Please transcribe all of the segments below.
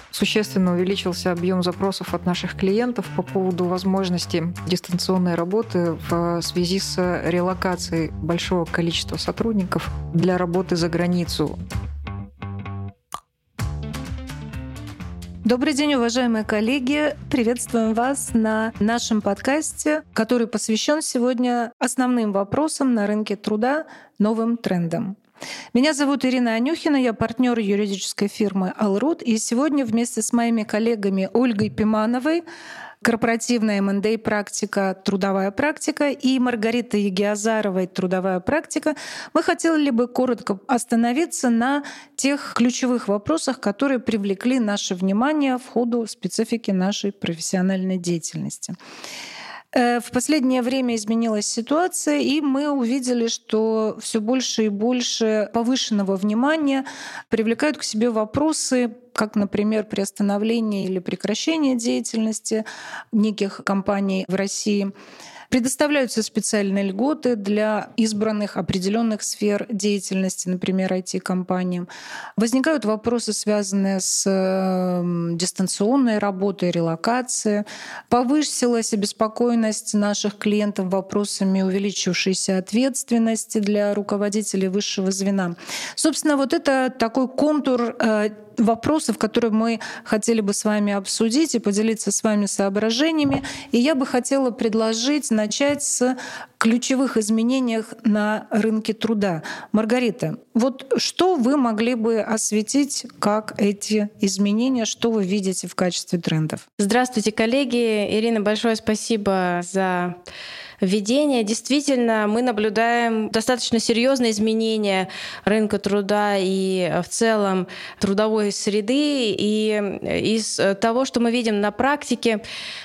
Существенно увеличился объем запросов от наших клиентов по поводу возможности дистанционной работы в связи с релокацией большого количества сотрудников для работы за границу. Добрый день, уважаемые коллеги! Приветствуем вас на нашем подкасте, который посвящен сегодня основным вопросам на рынке труда, новым трендам. Меня зовут Ирина Анюхина, я партнер юридической фирмы «Алрут», и сегодня вместе с моими коллегами Ольгой Пимановой, корпоративная M&A практика, трудовая практика, и Маргаритой Егиазаровой, трудовая практика, мы хотели бы коротко остановиться на тех ключевых вопросах, которые привлекли наше внимание в ходу специфики нашей профессиональной деятельности. В последнее время изменилась ситуация, и мы увидели, что все больше и больше повышенного внимания привлекают к себе вопросы, как, например, приостановление или прекращение деятельности неких компаний в России. Предоставляются специальные льготы для избранных определенных сфер деятельности, например, IT-компаниям. Возникают вопросы, связанные с дистанционной работой, релокацией. Повысилась обеспокоенность наших клиентов вопросами увеличившейся ответственности для руководителей высшего звена. Собственно, вот это такой контур вопросов, которые мы хотели бы с вами обсудить и поделиться с вами соображениями. И я бы хотела предложить начать с ключевых изменений на рынке труда. Маргарита, вот что вы могли бы осветить, как эти изменения, что вы видите в качестве трендов? Здравствуйте, коллеги. Ирина, большое спасибо за введение. Действительно, мы наблюдаем достаточно серьезные изменения рынка труда и в целом трудовой среды. И из того, что мы видим на практике,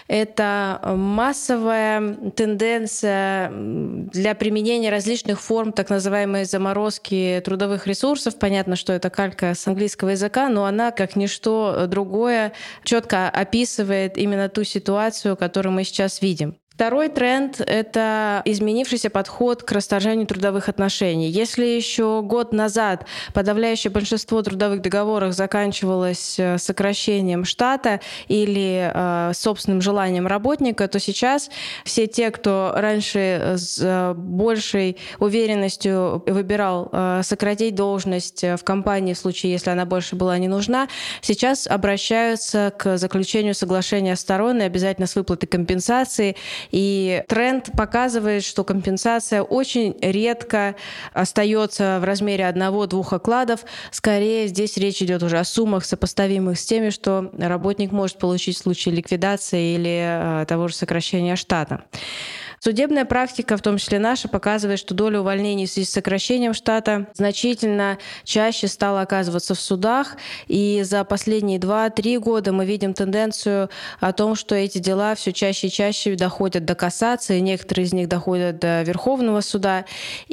это массовая тенденция для применения различных форм так называемой заморозки трудовых ресурсов. Понятно, что это калька с английского языка, но она, как ничто другое, четко описывает именно ту ситуацию, которую мы сейчас видим. Второй тренд — это изменившийся подход к расторжению трудовых отношений. Если еще год назад подавляющее большинство трудовых договоров заканчивалось сокращением штата или собственным желанием работника, то сейчас все те, кто раньше с большей уверенностью выбирал сократить должность в компании в случае, если она больше была не нужна, сейчас обращаются к заключению соглашения сторон и обязательно с выплатой компенсации. И тренд показывает, что компенсация очень редко остается в размере 1-2 окладов. Скорее, здесь речь идет уже о суммах, сопоставимых с теми, что работник может получить в случае ликвидации или того же сокращения штата. Судебная практика, в том числе наша, показывает, что доля увольнений в связи с сокращением штата значительно чаще стала оказываться в судах. И за последние 2-3 года мы видим тенденцию о том, что эти дела все чаще и чаще доходят до кассации, некоторые из них доходят до Верховного суда.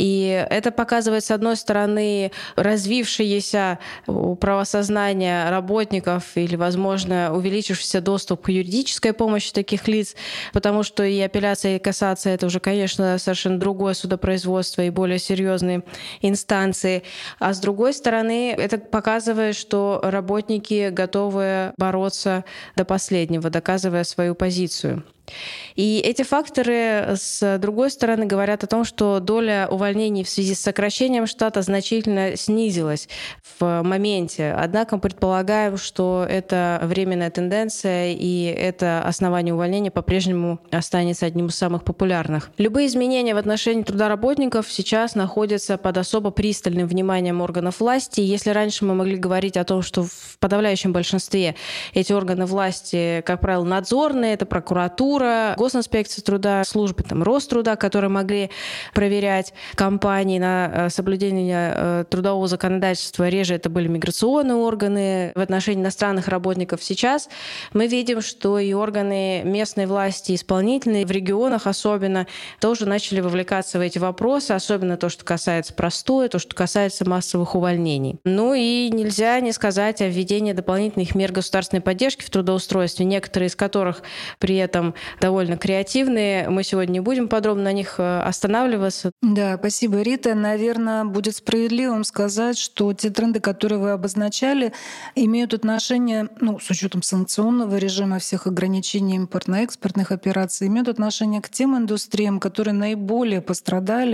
И это показывает, с одной стороны, развившееся правосознание работников или, возможно, увеличившийся доступ к юридической помощи таких лиц, потому что и апелляция, и кассация — это уже, конечно, совершенно другое судопроизводство и более серьезные инстанции. А с другой стороны, это показывает, что работники готовы бороться до последнего, доказывая свою позицию. И эти факторы, с другой стороны, говорят о том, что доля увольнений в связи с сокращением штата значительно снизилась в моменте. Однако предполагаем, что это временная тенденция, и это основание увольнения по-прежнему останется одним из самых популярных. Любые изменения в отношении труда работников сейчас находятся под особо пристальным вниманием органов власти. Если раньше мы могли говорить о том, что в подавляющем большинстве эти органы власти, как правило, надзорные, это прокуратура, Госинспекция труда, службы Роструда, которые могли проверять компании на соблюдение трудового законодательства. Реже это были миграционные органы в отношении иностранных работников. Сейчас мы видим, что и органы местной власти, исполнительные, в регионах особенно, тоже начали вовлекаться в эти вопросы, особенно то, что касается простоя, то, что касается массовых увольнений. Ну и нельзя не сказать о введении дополнительных мер государственной поддержки в трудоустройстве, некоторые из которых при этом довольно креативные. Мы сегодня не будем подробно на них останавливаться. Да, спасибо, Рита. Наверное, будет справедливым сказать, что те тренды, которые вы обозначали, имеют отношение, с учетом санкционного режима, всех ограничений импортно-экспортных операций, имеют отношение к тем индустриям, которые наиболее пострадали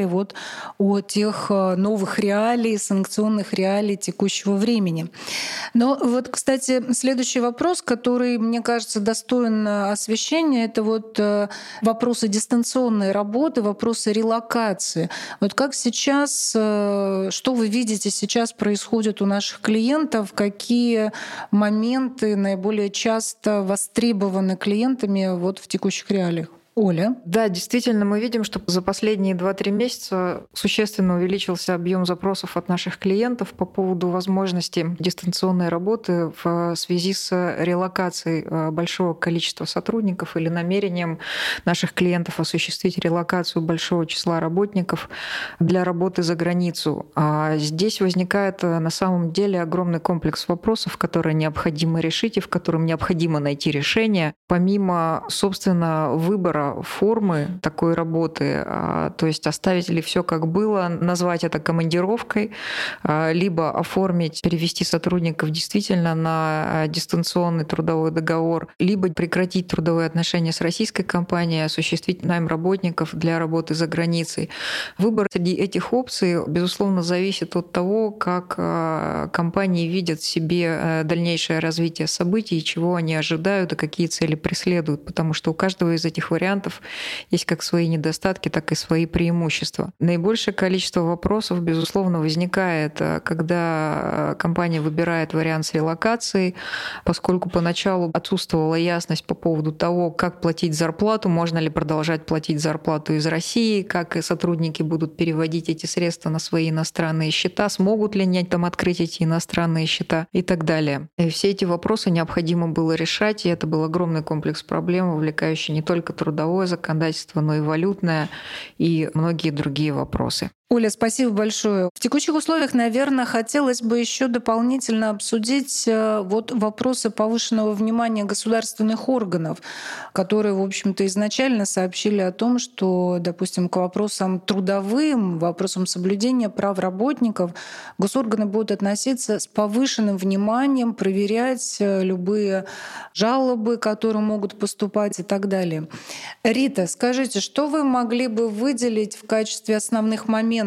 от тех новых реалий, санкционных реалий текущего времени. Но кстати, следующий вопрос, который, мне кажется, достоин освещения, это вопросы дистанционной работы, вопросы релокации. Как сейчас, что вы видите сейчас происходит у наших клиентов, какие моменты наиболее часто востребованы клиентами в текущих реалиях? Оля? Да, действительно, мы видим, что за последние 2-3 месяца существенно увеличился объем запросов от наших клиентов по поводу возможности дистанционной работы в связи с релокацией большого количества сотрудников или намерением наших клиентов осуществить релокацию большого числа работников для работы за границу. А здесь возникает на самом деле огромный комплекс вопросов, которые необходимо решить и в котором необходимо найти решение, помимо, собственно, выбора формы такой работы, то есть оставить ли все как было, назвать это командировкой, либо оформить, перевести сотрудников действительно на дистанционный трудовой договор, либо прекратить трудовые отношения с российской компанией, осуществить найм работников для работы за границей. Выбор среди этих опций, безусловно, зависит от того, как компании видят в себе дальнейшее развитие событий, чего они ожидают и какие цели преследуют, потому что у каждого из этих вариантов есть как свои недостатки, так и свои преимущества. Наибольшее количество вопросов, безусловно, возникает, когда компания выбирает вариант с релокацией, поскольку поначалу отсутствовала ясность по поводу того, как платить зарплату, можно ли продолжать платить зарплату из России, как сотрудники будут переводить эти средства на свои иностранные счета, смогут ли они там открыть эти иностранные счета и так далее. И все эти вопросы необходимо было решать, и это был огромный комплекс проблем, вовлекающий не только трудовое законодательство, но и валютное, и многие другие вопросы. Оля, спасибо большое. В текущих условиях, наверное, хотелось бы еще дополнительно обсудить вопросы повышенного внимания государственных органов, которые, в общем-то, изначально сообщили о том, что, допустим, к вопросам трудовым, вопросам соблюдения прав работников госорганы будут относиться с повышенным вниманием, проверять любые жалобы, которые могут поступать и так далее. Рита, скажите, что вы могли бы выделить в качестве основных моментов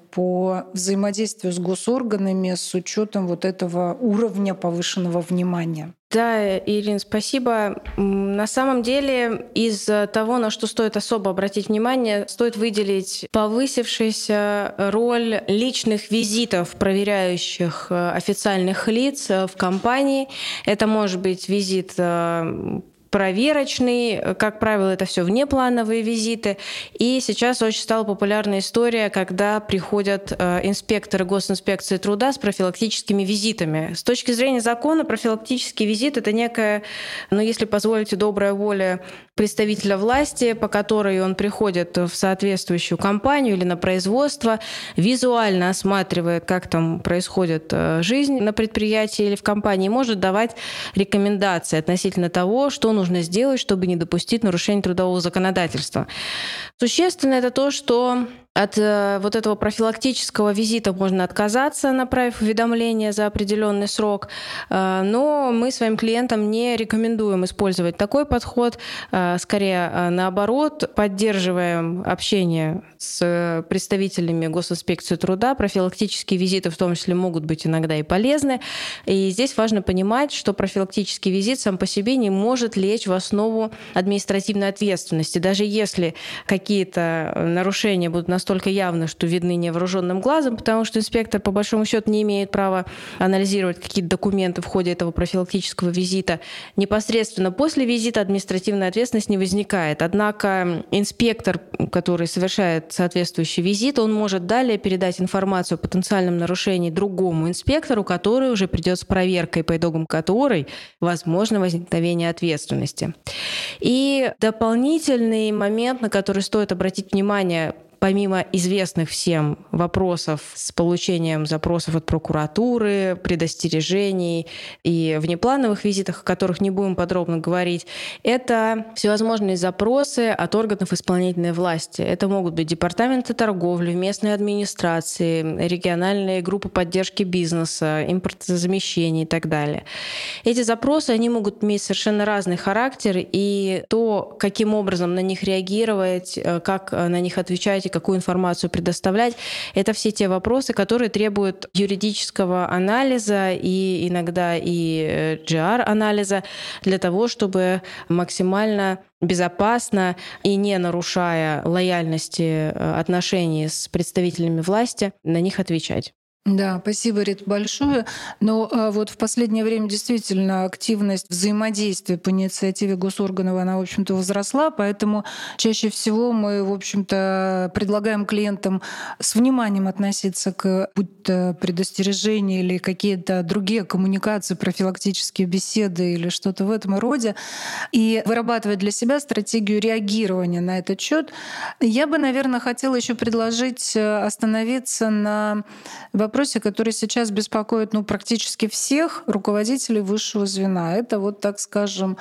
по взаимодействию с госорганами с учетом этого уровня повышенного внимания? Да, Ирина, спасибо. На самом деле, из того, на что стоит особо обратить внимание, стоит выделить повысившуюся роль личных визитов проверяющих официальных лиц в компании. Это может быть визит проверочный, как правило, это все внеплановые визиты. И сейчас очень стала популярна история, когда приходят инспекторы госинспекции труда с профилактическими визитами. С точки зрения закона, профилактический визит — это некая, если позволите, добрая воля представителя власти, по которой он приходит в соответствующую компанию или на производство, визуально осматривает, как там происходит жизнь на предприятии или в компании, и может давать рекомендации относительно того, что нужно сделать, чтобы не допустить нарушения трудового законодательства. Существенно это то, что от этого профилактического визита можно отказаться, направив уведомление за определенный срок, но мы своим клиентам не рекомендуем использовать такой подход. Скорее, наоборот, поддерживаем общение с представителями госинспекции труда. Профилактические визиты в том числе могут быть иногда и полезны. И здесь важно понимать, что профилактический визит сам по себе не может лечь в основу административной ответственности. Даже если какие-то нарушения будут настолько явны, что видны невооруженным глазом, потому что инспектор, по большому счету, не имеет права анализировать какие-то документы в ходе этого профилактического визита. Непосредственно после визита административная ответственность не возникает. Однако инспектор, который совершает соответствующий визит, он может далее передать информацию о потенциальном нарушении другому инспектору, который уже придет с проверкой, по итогам которой возможно возникновение ответственности. И дополнительный момент, на который стоит обратить внимание помимо известных всем вопросов с получением запросов от прокуратуры, предостережений и внеплановых визитах, о которых не будем подробно говорить, это всевозможные запросы от органов исполнительной власти. Это могут быть департаменты торговли, местные администрации, региональные группы поддержки бизнеса, импортозамещения и так далее. Эти запросы, они могут иметь совершенно разный характер, и то, каким образом на них реагировать, как на них отвечать и какую информацию предоставлять, это все те вопросы, которые требуют юридического анализа и иногда и GR-анализа для того, чтобы максимально безопасно и не нарушая лояльности отношений с представителями власти, на них отвечать. Да, спасибо, Рит, большое. Но вот в последнее время действительно активность взаимодействия по инициативе госорганов, она, в общем-то, возросла, поэтому чаще всего мы, в общем-то, предлагаем клиентам с вниманием относиться к будь то предостережения или какие-то другие коммуникации, профилактические беседы или что-то в этом роде, и вырабатывать для себя стратегию реагирования на этот счет. Я бы, наверное, хотела еще предложить остановиться на вопросе, который сейчас беспокоит практически всех руководителей высшего звена. Это вот, так скажем,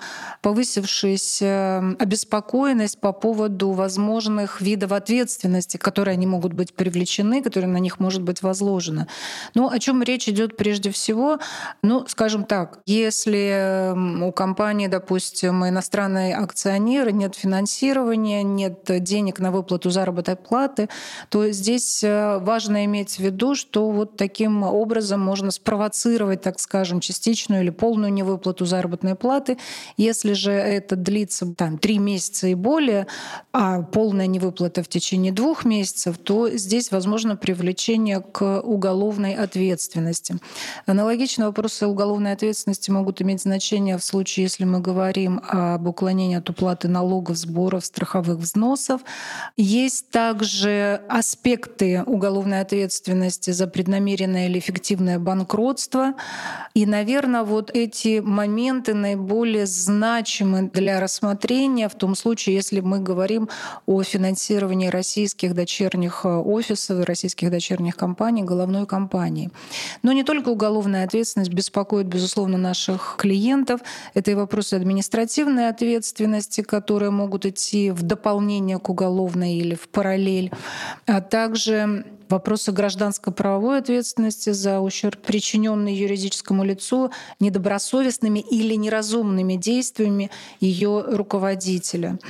повысившаяся обеспокоенность по поводу возможных видов ответственности, которые они могут быть привлечены, которые на них может быть возложено. Но о чем речь идет прежде всего? Скажем так, если у компании, допустим, иностранные акционеры, нет финансирования, нет денег на выплату заработной платы, то здесь важно иметь в виду, что вот таким образом можно спровоцировать, так скажем, частичную или полную невыплату заработной платы. Если же это длится 3 месяца и более, а полная невыплата в течение 2 месяцев, то здесь возможно привлечение к уголовной ответственности. Аналогично вопросы уголовной ответственности могут иметь значение в случае, если мы говорим об уклонении от уплаты налогов, сборов, страховых взносов. Есть также аспекты уголовной ответственности за преднамеренное или фиктивное банкротство. И, наверное, вот эти моменты наиболее значимы для рассмотрения в том случае, если мы говорим о финансировании российских дочерних офисов, российских дочерних компаний, головной компании. Но не только уголовная ответственность беспокоит, безусловно, наших клиентов. Это и вопросы административной ответственности, которые могут идти в дополнение к уголовной или в параллель, а также вопросы гражданско-правовой ответственности за ущерб, причиненный юридическому лицу недобросовестными или неразумными действиями ее руководителя.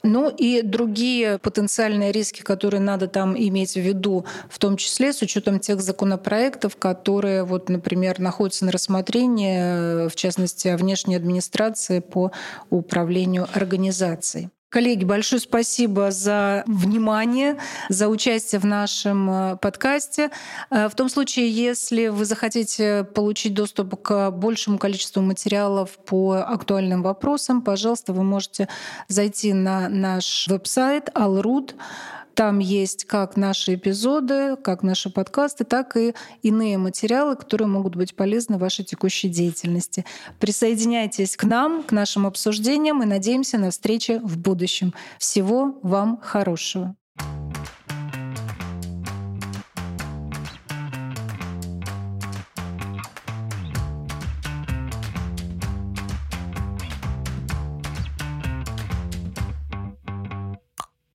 И другие потенциальные риски, которые надо там иметь в виду, в том числе с учетом тех законопроектов, которые, например, находятся на рассмотрении, в частности, о внешней администрации по управлению организацией. Коллеги, большое спасибо за внимание, за участие в нашем подкасте. В том случае, если вы захотите получить доступ к большему количеству материалов по актуальным вопросам, пожалуйста, вы можете зайти на наш веб-сайт Allroot. Там есть как наши эпизоды, как наши подкасты, так и иные материалы, которые могут быть полезны в вашей текущей деятельности. Присоединяйтесь к нам, к нашим обсуждениям и надеемся на встречи в будущем. Всего вам хорошего.